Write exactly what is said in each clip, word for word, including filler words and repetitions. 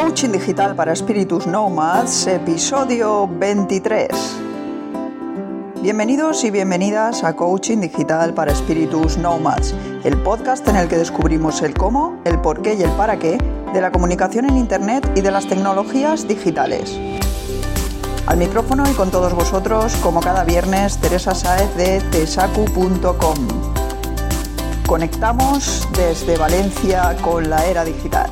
Coaching Digital para Espíritus Nómadas, episodio veintitrés. Bienvenidos y bienvenidas a Coaching Digital para Espíritus Nómadas, el podcast en el que descubrimos el cómo, el por qué y el para qué de la comunicación en Internet y de las tecnologías digitales. Al micrófono y con todos vosotros, como cada viernes, Teresa Sáez de tesacu punto com. Conectamos desde Valencia con la era digital.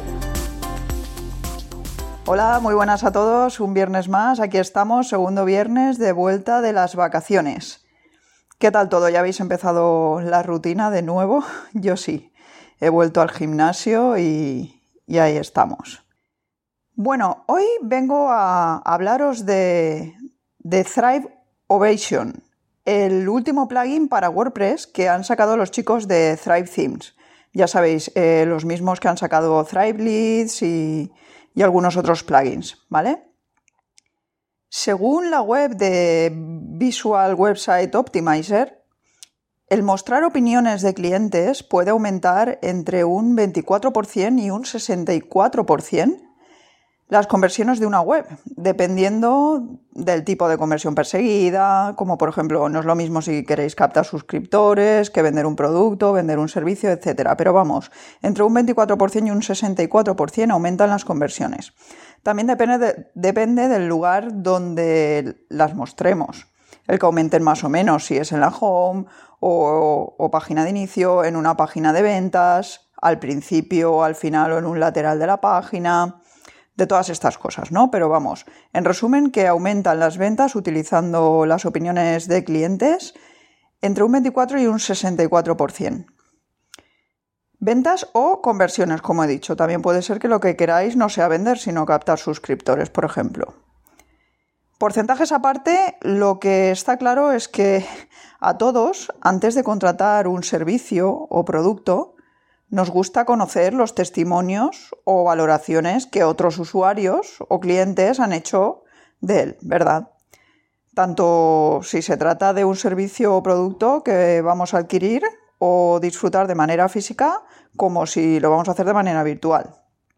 Hola, muy buenas a todos, un viernes más, aquí estamos, segundo viernes de vuelta de las vacaciones. ¿Qué tal todo? ¿Ya habéis empezado la rutina de nuevo? Yo sí, he vuelto al gimnasio y, y ahí estamos. Bueno, hoy vengo a hablaros de, de Thrive Ovation, el último plugin para WordPress que han sacado los chicos de Thrive Themes. Ya sabéis, eh, los mismos que han sacado Thrive Leads y... y algunos otros plugins, ¿vale? Según la web de Visual Website Optimizer, el mostrar opiniones de clientes puede aumentar entre un veinticuatro por ciento y un sesenta y cuatro por ciento las conversiones de una web, dependiendo del tipo de conversión perseguida, como por ejemplo, no es lo mismo si queréis captar suscriptores que vender un producto, vender un servicio, etcétera. Pero vamos, entre un veinticuatro por ciento y un sesenta y cuatro por ciento aumentan las conversiones. También depende, de, depende del lugar donde las mostremos. El que aumenten más o menos, si es en la home o, o página de inicio, en una página de ventas, al principio, al final o en un lateral de la página... de todas estas cosas, ¿no? Pero vamos, en resumen, que aumentan las ventas utilizando las opiniones de clientes entre un veinticuatro y un sesenta y cuatro por ciento. Ventas o conversiones, como he dicho. También puede ser que lo que queráis no sea vender, sino captar suscriptores, por ejemplo. Porcentajes aparte, lo que está claro es que a todos, antes de contratar un servicio o producto, nos gusta conocer los testimonios o valoraciones que otros usuarios o clientes han hecho de él, ¿verdad? Tanto si se trata de un servicio o producto que vamos a adquirir o disfrutar de manera física, como si lo vamos a hacer de manera virtual.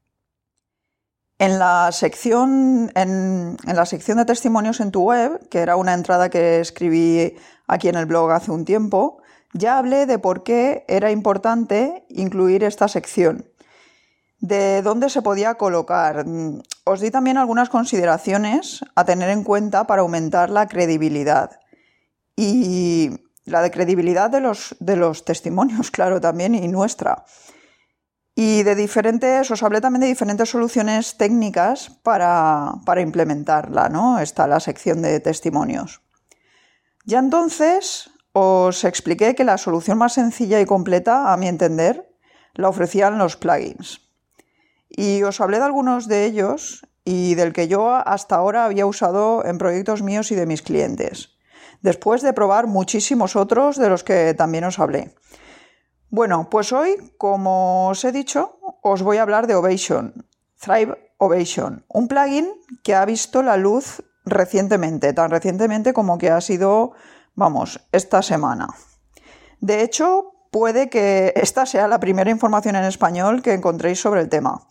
En la sección, en, en la sección de testimonios en tu web, que era una entrada que escribí aquí en el blog hace un tiempo, ya hablé de por qué era importante incluir esta sección, de dónde se podía colocar. Os di también algunas consideraciones a tener en cuenta para aumentar la credibilidad. Y la de credibilidad de los, de los testimonios, claro, también, y nuestra. Y de diferentes, os hablé también de diferentes soluciones técnicas para, para implementarla, ¿no? Está la sección de testimonios. Ya entonces... os expliqué que la solución más sencilla y completa, a mi entender, la ofrecían los plugins. Y os hablé de algunos de ellos y del que yo hasta ahora había usado en proyectos míos y de mis clientes, después de probar muchísimos otros de los que también os hablé. Bueno, pues hoy, como os he dicho, os voy a hablar de Ovation, Thrive Ovation, un plugin que ha visto la luz recientemente, tan recientemente como que ha sido... Vamos, esta semana. De hecho, puede que esta sea la primera información en español que encontréis sobre el tema.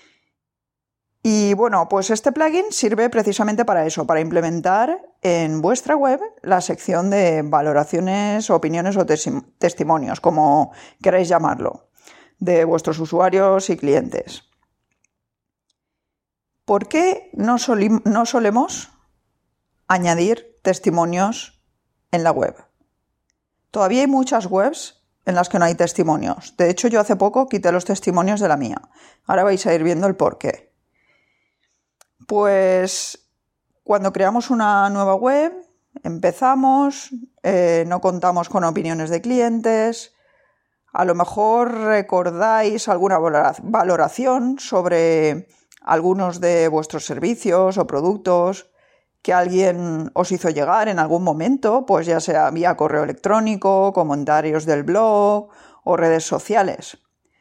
Y bueno, pues este plugin sirve precisamente para eso, para implementar en vuestra web la sección de valoraciones, opiniones o tes- testimonios, como queráis llamarlo, de vuestros usuarios y clientes. ¿Por qué no, soli- no solemos añadir testimonios en la web? Todavía hay muchas webs en las que no hay testimonios. De hecho, yo hace poco quité los testimonios de la mía. Ahora vais a ir viendo el porqué. Pues cuando creamos una nueva web, empezamos, eh, no contamos con opiniones de clientes, a lo mejor recordáis alguna valoración sobre algunos de vuestros servicios o productos que alguien os hizo llegar en algún momento, pues ya sea vía correo electrónico, comentarios del blog o redes sociales.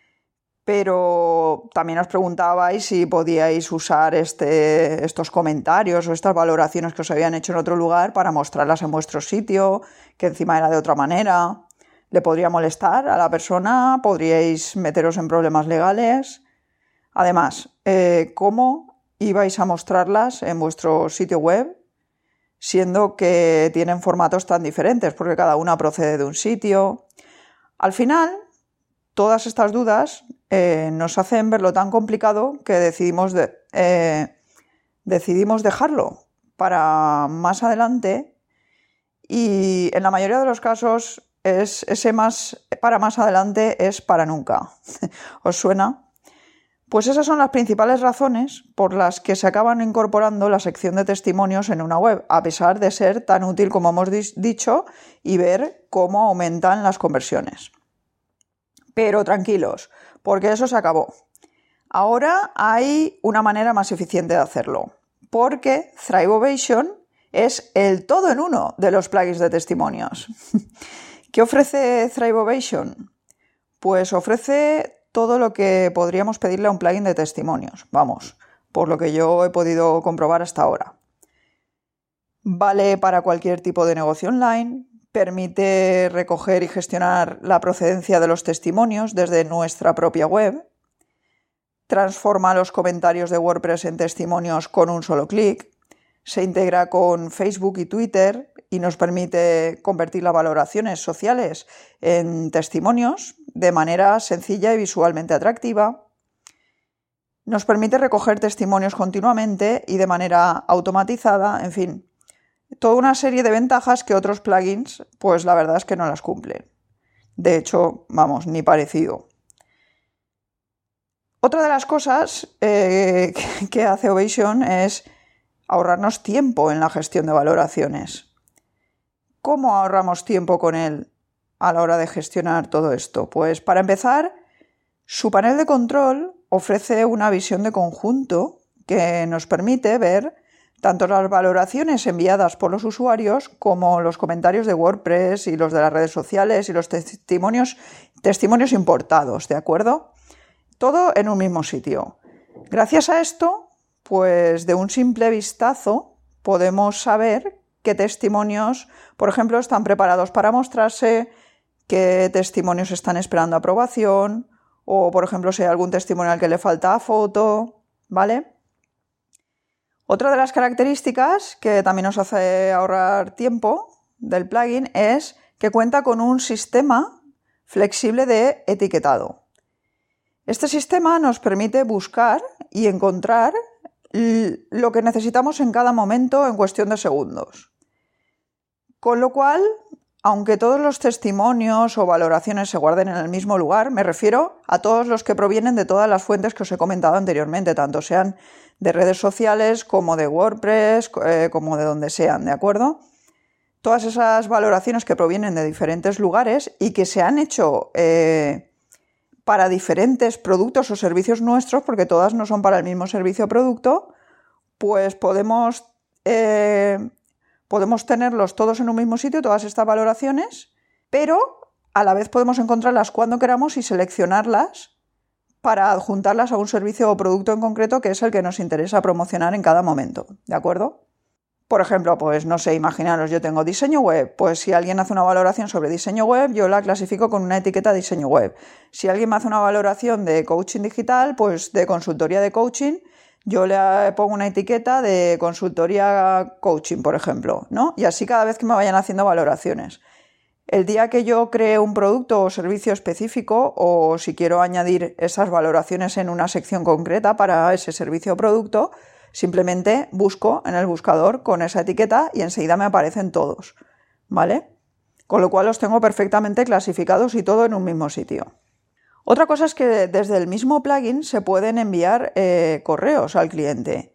Pero también os preguntabais si podíais usar este, estos comentarios o estas valoraciones que os habían hecho en otro lugar para mostrarlas en vuestro sitio, que encima era de otra manera. ¿Le podría molestar a la persona? ¿Podríais meteros en problemas legales? Además, eh, ¿cómo y vais a mostrarlas en vuestro sitio web, siendo que tienen formatos tan diferentes, porque cada una procede de un sitio. Al final, todas estas dudas eh, nos hacen verlo tan complicado que decidimos, de, eh, decidimos dejarlo para más adelante, y en la mayoría de los casos es, ese más para más adelante es para nunca. ¿Os suena? Pues esas son las principales razones por las que se acaban incorporando la sección de testimonios en una web, a pesar de ser tan útil como hemos dicho y ver cómo aumentan las conversiones. Pero tranquilos, porque eso se acabó. Ahora hay una manera más eficiente de hacerlo, porque Thriveovation es el todo en uno de los plugins de testimonios. ¿Qué ofrece Thriveovation? Pues ofrece todo lo que podríamos pedirle a un plugin de testimonios, vamos, por lo que yo he podido comprobar hasta ahora. Vale para cualquier tipo de negocio online, permite recoger y gestionar la procedencia de los testimonios desde nuestra propia web, transforma los comentarios de WordPress en testimonios con un solo clic, se integra con Facebook y Twitter y nos permite convertir las valoraciones sociales en testimonios de manera sencilla y visualmente atractiva. Nos permite recoger testimonios continuamente y de manera automatizada, en fin, toda una serie de ventajas que otros plugins, pues la verdad es que no las cumplen. De hecho, vamos, ni parecido. Otra de las cosas eh, que hace Ovation es ahorrarnos tiempo en la gestión de valoraciones. ¿Cómo ahorramos tiempo con él a la hora de gestionar todo esto? Pues para empezar, su panel de control ofrece una visión de conjunto que nos permite ver tanto las valoraciones enviadas por los usuarios como los comentarios de WordPress y los de las redes sociales y los testimonios, testimonios importados, ¿de acuerdo? Todo en un mismo sitio. Gracias a esto, pues de un simple vistazo podemos saber qué testimonios, por ejemplo, están preparados para mostrarse, qué testimonios están esperando aprobación, o por ejemplo, si hay algún testimonio al que le falta foto, ¿vale? Otra de las características que también nos hace ahorrar tiempo del plugin es que cuenta con un sistema flexible de etiquetado. Este sistema nos permite buscar y encontrar lo que necesitamos en cada momento en cuestión de segundos. Con lo cual, aunque todos los testimonios o valoraciones se guarden en el mismo lugar, me refiero a todos los que provienen de todas las fuentes que os he comentado anteriormente, tanto sean de redes sociales como de WordPress, eh, como de donde sean, ¿de acuerdo? Todas esas valoraciones que provienen de diferentes lugares y que se han hecho eh, para diferentes productos o servicios nuestros, porque todas no son para el mismo servicio o producto, pues podemos, eh, podemos tenerlos todos en un mismo sitio, todas estas valoraciones, pero a la vez podemos encontrarlas cuando queramos y seleccionarlas para adjuntarlas a un servicio o producto en concreto que es el que nos interesa promocionar en cada momento, ¿de acuerdo? Por ejemplo, pues no sé, imaginaros, yo tengo diseño web, pues si alguien hace una valoración sobre diseño web, yo la clasifico con una etiqueta diseño web. Si alguien me hace una valoración de coaching digital, pues de consultoría de coaching, yo le pongo una etiqueta de consultoría coaching, por ejemplo, ¿no? Y así cada vez que me vayan haciendo valoraciones. El día que yo cree un producto o servicio específico, o si quiero añadir esas valoraciones en una sección concreta para ese servicio o producto, simplemente busco en el buscador con esa etiqueta y enseguida me aparecen todos, ¿vale? Con lo cual los tengo perfectamente clasificados y todo en un mismo sitio. Otra cosa es que desde el mismo plugin se pueden enviar eh, correos al cliente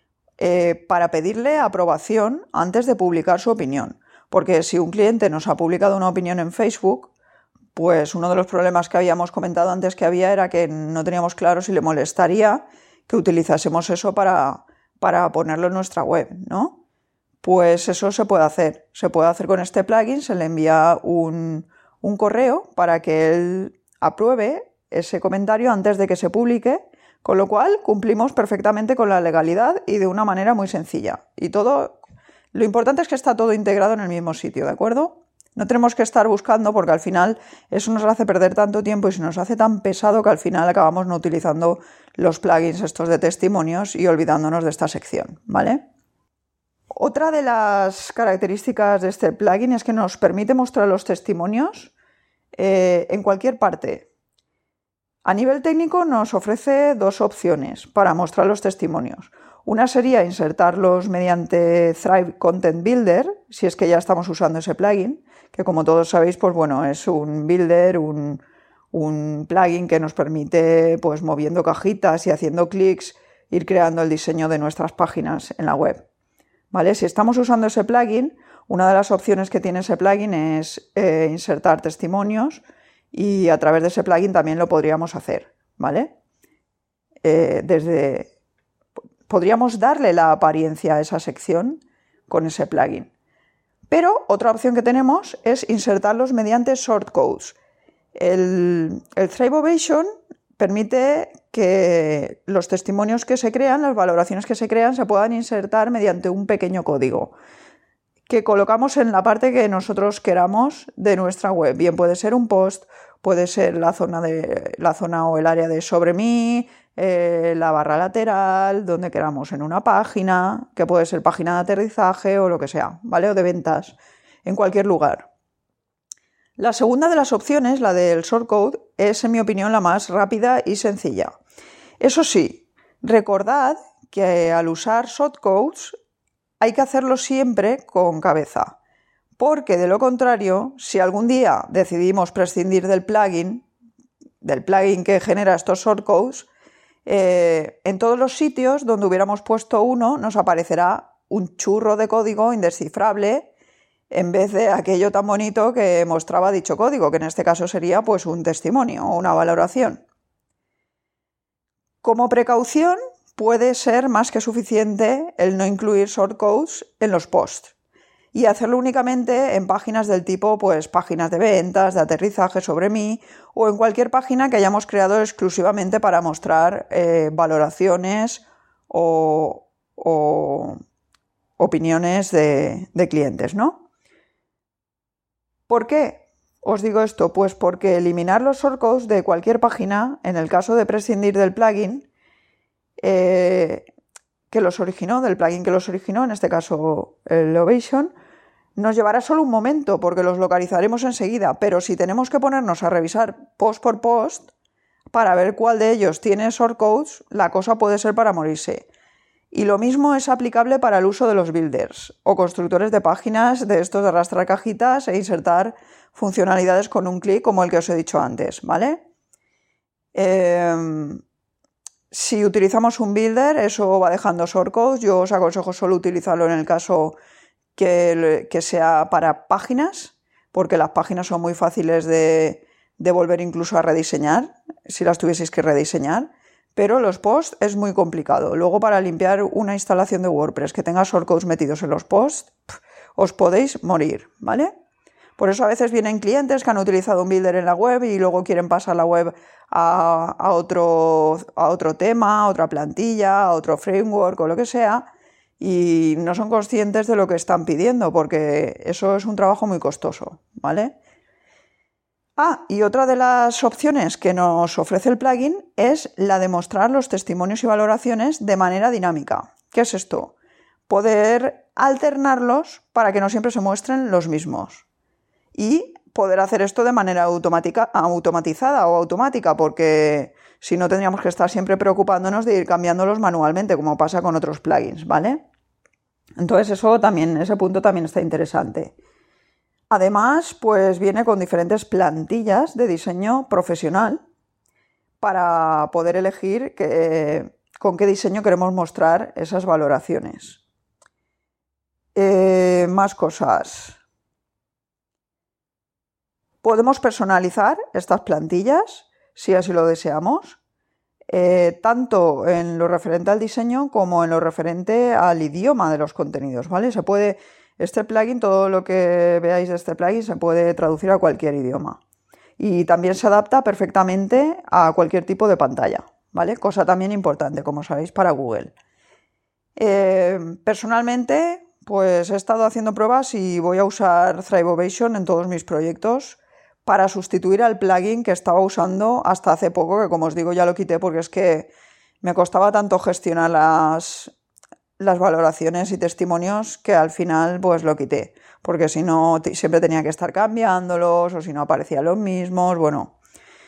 eh, para pedirle aprobación antes de publicar su opinión. Porque si un cliente nos ha publicado una opinión en Facebook, pues uno de los problemas que habíamos comentado antes que había era que no teníamos claro si le molestaría que utilizásemos eso para, para ponerlo en nuestra web, ¿no? Pues eso se puede hacer. Se puede hacer con este plugin, se le envía un, un correo para que él apruebe ese comentario antes de que se publique, con lo cual cumplimos perfectamente con la legalidad y de una manera muy sencilla. Y todo, lo importante es que está todo integrado en el mismo sitio, ¿de acuerdo? No tenemos que estar buscando porque al final eso nos hace perder tanto tiempo y se nos hace tan pesado que al final acabamos no utilizando los plugins estos de testimonios y olvidándonos de esta sección, ¿vale? Otra de las características de este plugin es que nos permite mostrar los testimonios eh, en cualquier parte. A nivel técnico nos ofrece dos opciones para mostrar los testimonios. Una sería insertarlos mediante Thrive Content Builder, si es que ya estamos usando ese plugin, que como todos sabéis, pues bueno, es un builder, un, un plugin que nos permite, pues moviendo cajitas y haciendo clics, ir creando el diseño de nuestras páginas en la web. ¿Vale? Si estamos usando ese plugin, una de las opciones que tiene ese plugin es eh, insertar testimonios y a través de ese plugin también lo podríamos hacer, ¿vale? Eh, desde... Podríamos darle la apariencia a esa sección con ese plugin. Pero otra opción que tenemos es insertarlos mediante shortcodes. El, el Thrive Ovation permite que los testimonios que se crean, las valoraciones que se crean, se puedan insertar mediante un pequeño código que colocamos en la parte que nosotros queramos de nuestra web. Bien, puede ser un post, puede ser la zona, de, la zona o el área de sobre mí, eh, la barra lateral, donde queramos, en una página, que puede ser página de aterrizaje o lo que sea, ¿vale? O de ventas, en cualquier lugar. La segunda de las opciones, la del shortcode, es en mi opinión la más rápida y sencilla. Eso sí, recordad que al usar shortcodes hay que hacerlo siempre con cabeza, porque de lo contrario, si algún día decidimos prescindir del plugin, del plugin que genera estos shortcodes, eh, en todos los sitios donde hubiéramos puesto uno nos aparecerá un churro de código indescifrable en vez de aquello tan bonito que mostraba dicho código, que en este caso sería pues un testimonio o una valoración. Como precaución, puede ser más que suficiente el no incluir shortcodes en los posts y hacerlo únicamente en páginas del tipo pues páginas de ventas, de aterrizaje sobre mí o en cualquier página que hayamos creado exclusivamente para mostrar eh, valoraciones o, o opiniones de, de clientes, ¿no? ¿Por qué os digo esto? Pues porque eliminar los shortcodes de cualquier página, en el caso de prescindir del plugin, eh, que los originó, del plugin que los originó, en este caso el Ovation, nos llevará solo un momento porque los localizaremos enseguida, pero si tenemos que ponernos a revisar post por post para ver cuál de ellos tiene shortcodes, la cosa puede ser para morirse. Y lo mismo es aplicable para el uso de los builders o constructores de páginas de estos de arrastrar cajitas e insertar funcionalidades con un clic como el que os he dicho antes, ¿vale? Eh, si utilizamos un builder, eso va dejando shortcodes. Yo os aconsejo solo utilizarlo en el caso que, que sea para páginas, porque las páginas son muy fáciles de, de volver incluso a rediseñar, si las tuvieseis que rediseñar. Pero los posts es muy complicado. Luego, para limpiar una instalación de WordPress que tenga shortcodes metidos en los posts, pff, os podéis morir, ¿vale? Por eso a veces vienen clientes que han utilizado un builder en la web y luego quieren pasar la web a, a, otro, a otro tema, a otra plantilla, a otro framework o lo que sea, y no son conscientes de lo que están pidiendo, porque eso es un trabajo muy costoso, ¿vale? Ah, y otra de las opciones que nos ofrece el plugin es la de mostrar los testimonios y valoraciones de manera dinámica. ¿Qué es esto? Poder alternarlos para que no siempre se muestren los mismos. Y poder hacer esto de manera automática, automatizada o automática, porque si no tendríamos que estar siempre preocupándonos de ir cambiándolos manualmente, como pasa con otros plugins, ¿vale? Entonces eso también, ese punto también está interesante. Además, pues viene con diferentes plantillas de diseño profesional para poder elegir que, con qué diseño queremos mostrar esas valoraciones. Eh, más cosas. Podemos personalizar estas plantillas si así lo deseamos, eh, tanto en lo referente al diseño como en lo referente al idioma de los contenidos, ¿vale? Se puede... Este plugin, todo lo que veáis de este plugin se puede traducir a cualquier idioma. Y también se adapta perfectamente a cualquier tipo de pantalla, ¿vale? Cosa también importante, como sabéis, para Google. Eh, personalmente, pues he estado haciendo pruebas y voy a usar Thriveovation en todos mis proyectos para sustituir al plugin que estaba usando hasta hace poco, que como os digo ya lo quité porque es que me costaba tanto gestionar las, las valoraciones y testimonios que al final pues lo quité, porque si no siempre tenía que estar cambiándolos o si no aparecían los mismos, bueno,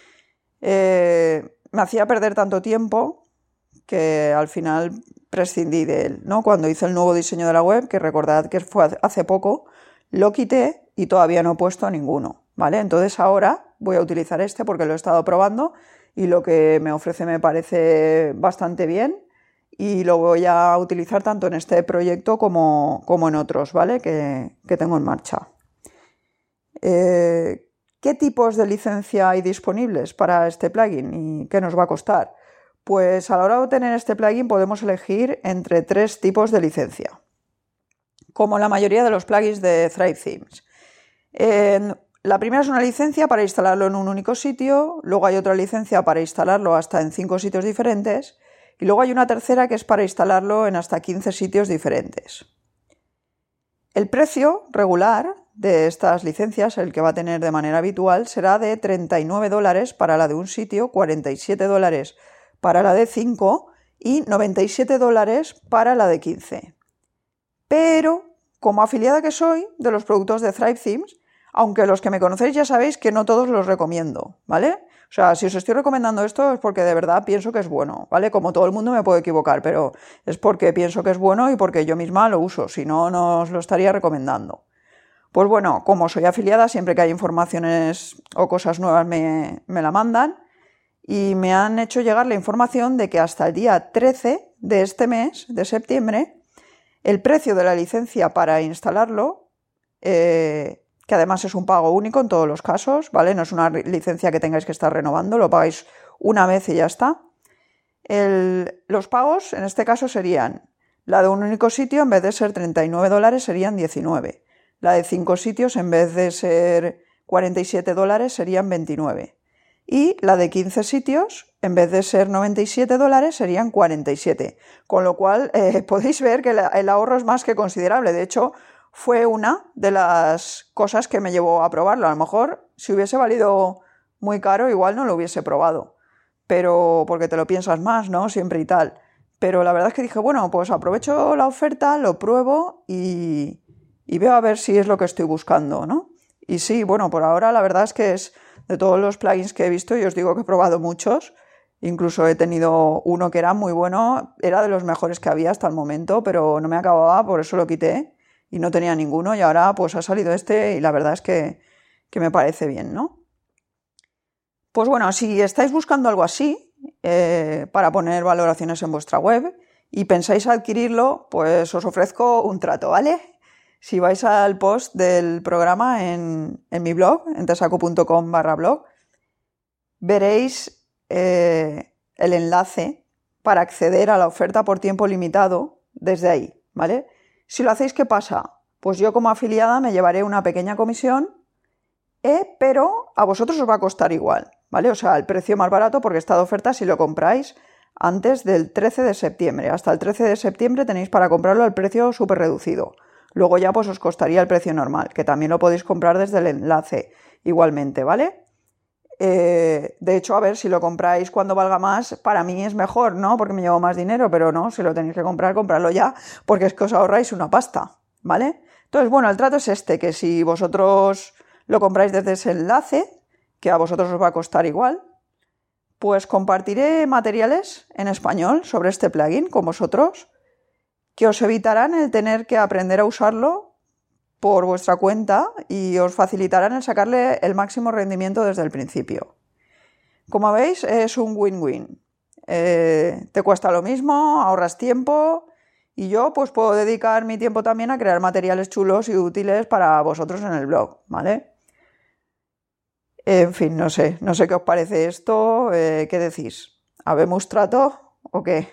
eh, me hacía perder tanto tiempo que al final prescindí de él, ¿no? Cuando hice el nuevo diseño de la web, que recordad que fue hace poco, lo quité y todavía no he puesto ninguno, ¿vale? Entonces ahora voy a utilizar este porque lo he estado probando y lo que me ofrece me parece bastante bien y lo voy a utilizar tanto en este proyecto como, como en otros, ¿vale? Que, que tengo en marcha. Eh, ¿Qué tipos de licencia hay disponibles para este plugin y qué nos va a costar? Pues a la hora de obtener este plugin podemos elegir entre tres tipos de licencia, como la mayoría de los plugins de Thrive Themes. Eh, la primera es una licencia para instalarlo en un único sitio, luego hay otra licencia para instalarlo hasta en cinco sitios diferentes y luego hay una tercera que es para instalarlo en hasta quince sitios diferentes. El precio regular de estas licencias, el que va a tener de manera habitual, será de treinta y nueve dólares para la de un sitio, cuarenta y siete dólares para la de cinco y noventa y siete dólares para la de quince. Pero, como afiliada que soy de los productos de Thrive Themes, aunque los que me conocéis ya sabéis que no todos los recomiendo, ¿vale? O sea, si os estoy recomendando esto es porque de verdad pienso que es bueno, ¿vale? Como todo el mundo me puedo equivocar, pero es porque pienso que es bueno y porque yo misma lo uso, si no, no os lo estaría recomendando. Pues bueno, como soy afiliada, siempre que hay informaciones o cosas nuevas me, me la mandan y me han hecho llegar la información de que hasta el día trece de este mes, de septiembre, el precio de la licencia para instalarlo, eh, que además es un pago único en todos los casos, ¿vale? No es una licencia que tengáis que estar renovando, lo pagáis una vez y ya está. El, los pagos en este caso serían, la de un único sitio en vez de ser treinta y nueve dólares serían diecinueve. La de cinco sitios en vez de ser cuarenta y siete dólares serían veintinueve. Y la de quince sitios, en vez de ser noventa y siete dólares, serían cuarenta y siete. Con lo cual, eh, podéis ver que la, el ahorro es más que considerable. De hecho, fue una de las cosas que me llevó a probarlo. A lo mejor, si hubiese valido muy caro, igual no lo hubiese probado. Pero, porque te lo piensas más, ¿no? Siempre y tal. Pero la verdad es que dije, bueno, pues aprovecho la oferta, lo pruebo y, y veo a ver si es lo que estoy buscando, ¿no? Y sí, bueno, por ahora la verdad es que es de todos los plugins que he visto, y os digo que he probado muchos, incluso he tenido uno que era muy bueno, era de los mejores que había hasta el momento, pero no me acababa, por eso lo quité y no tenía ninguno y ahora pues ha salido este y la verdad es que, que me parece bien, ¿no? Pues bueno, si estáis buscando algo así eh, para poner valoraciones en vuestra web y pensáis adquirirlo, pues os ofrezco un trato, ¿vale? Si vais al post del programa en, en mi blog, en tesaco punto com barra blog, veréis eh, el enlace para acceder a la oferta por tiempo limitado desde ahí, ¿vale? Si lo hacéis, ¿qué pasa? Pues yo como afiliada me llevaré una pequeña comisión, eh, pero a vosotros os va a costar igual, ¿vale? O sea, el precio más barato porque está de oferta si lo compráis antes del trece de septiembre. Hasta el trece de septiembre tenéis para comprarlo al precio súper reducido. Luego ya pues os costaría el precio normal, que también lo podéis comprar desde el enlace igualmente, ¿vale? Eh, de hecho, a ver, si lo compráis cuando valga más, para mí es mejor, ¿no? Porque me llevo más dinero, pero no, si lo tenéis que comprar, comprarlo ya, porque es que os ahorráis una pasta, ¿vale? Entonces, bueno, el trato es este, que si vosotros lo compráis desde ese enlace, que a vosotros os va a costar igual, pues compartiré materiales en español sobre este plugin con vosotros, que os evitarán el tener que aprender a usarlo por vuestra cuenta y os facilitarán el sacarle el máximo rendimiento desde el principio. Como veis, es un win-win. Eh, te cuesta lo mismo, ahorras tiempo y yo pues puedo dedicar mi tiempo también a crear materiales chulos y útiles para vosotros en el blog, ¿vale? En fin, no sé, no sé qué os parece esto, eh, ¿qué decís? ¿Habemos trato o qué?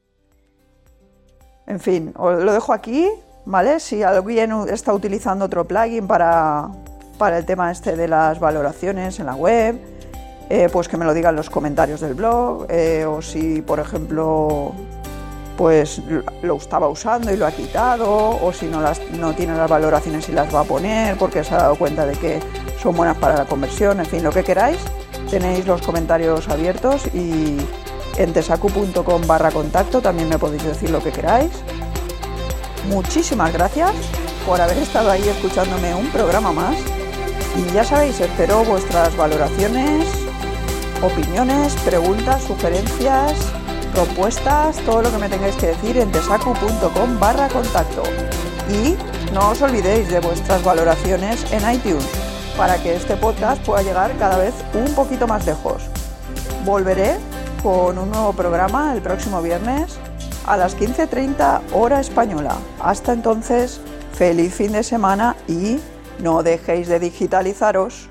En fin, os lo dejo aquí, ¿vale? Si alguien está utilizando otro plugin para, para el tema este de las valoraciones en la web, eh, pues que me lo diga en los comentarios del blog, eh, o si, por ejemplo, pues lo estaba usando y lo ha quitado, o si no, las, no tiene las valoraciones y las va a poner porque se ha dado cuenta de que son buenas para la conversión, en fin, lo que queráis. Tenéis los comentarios abiertos y en tesacu.com barra contacto también me podéis decir lo que queráis. Muchísimas gracias por haber estado ahí escuchándome un programa más y ya sabéis, espero vuestras valoraciones, opiniones, preguntas, sugerencias, propuestas, todo lo que me tengáis que decir en tesacu.com barra contacto. Y no os olvidéis de vuestras valoraciones en iTunes para que este podcast pueda llegar cada vez un poquito más lejos. Volveré con un nuevo programa el próximo viernes a las quince treinta hora española. Hasta entonces, feliz fin de semana y no dejéis de digitalizaros.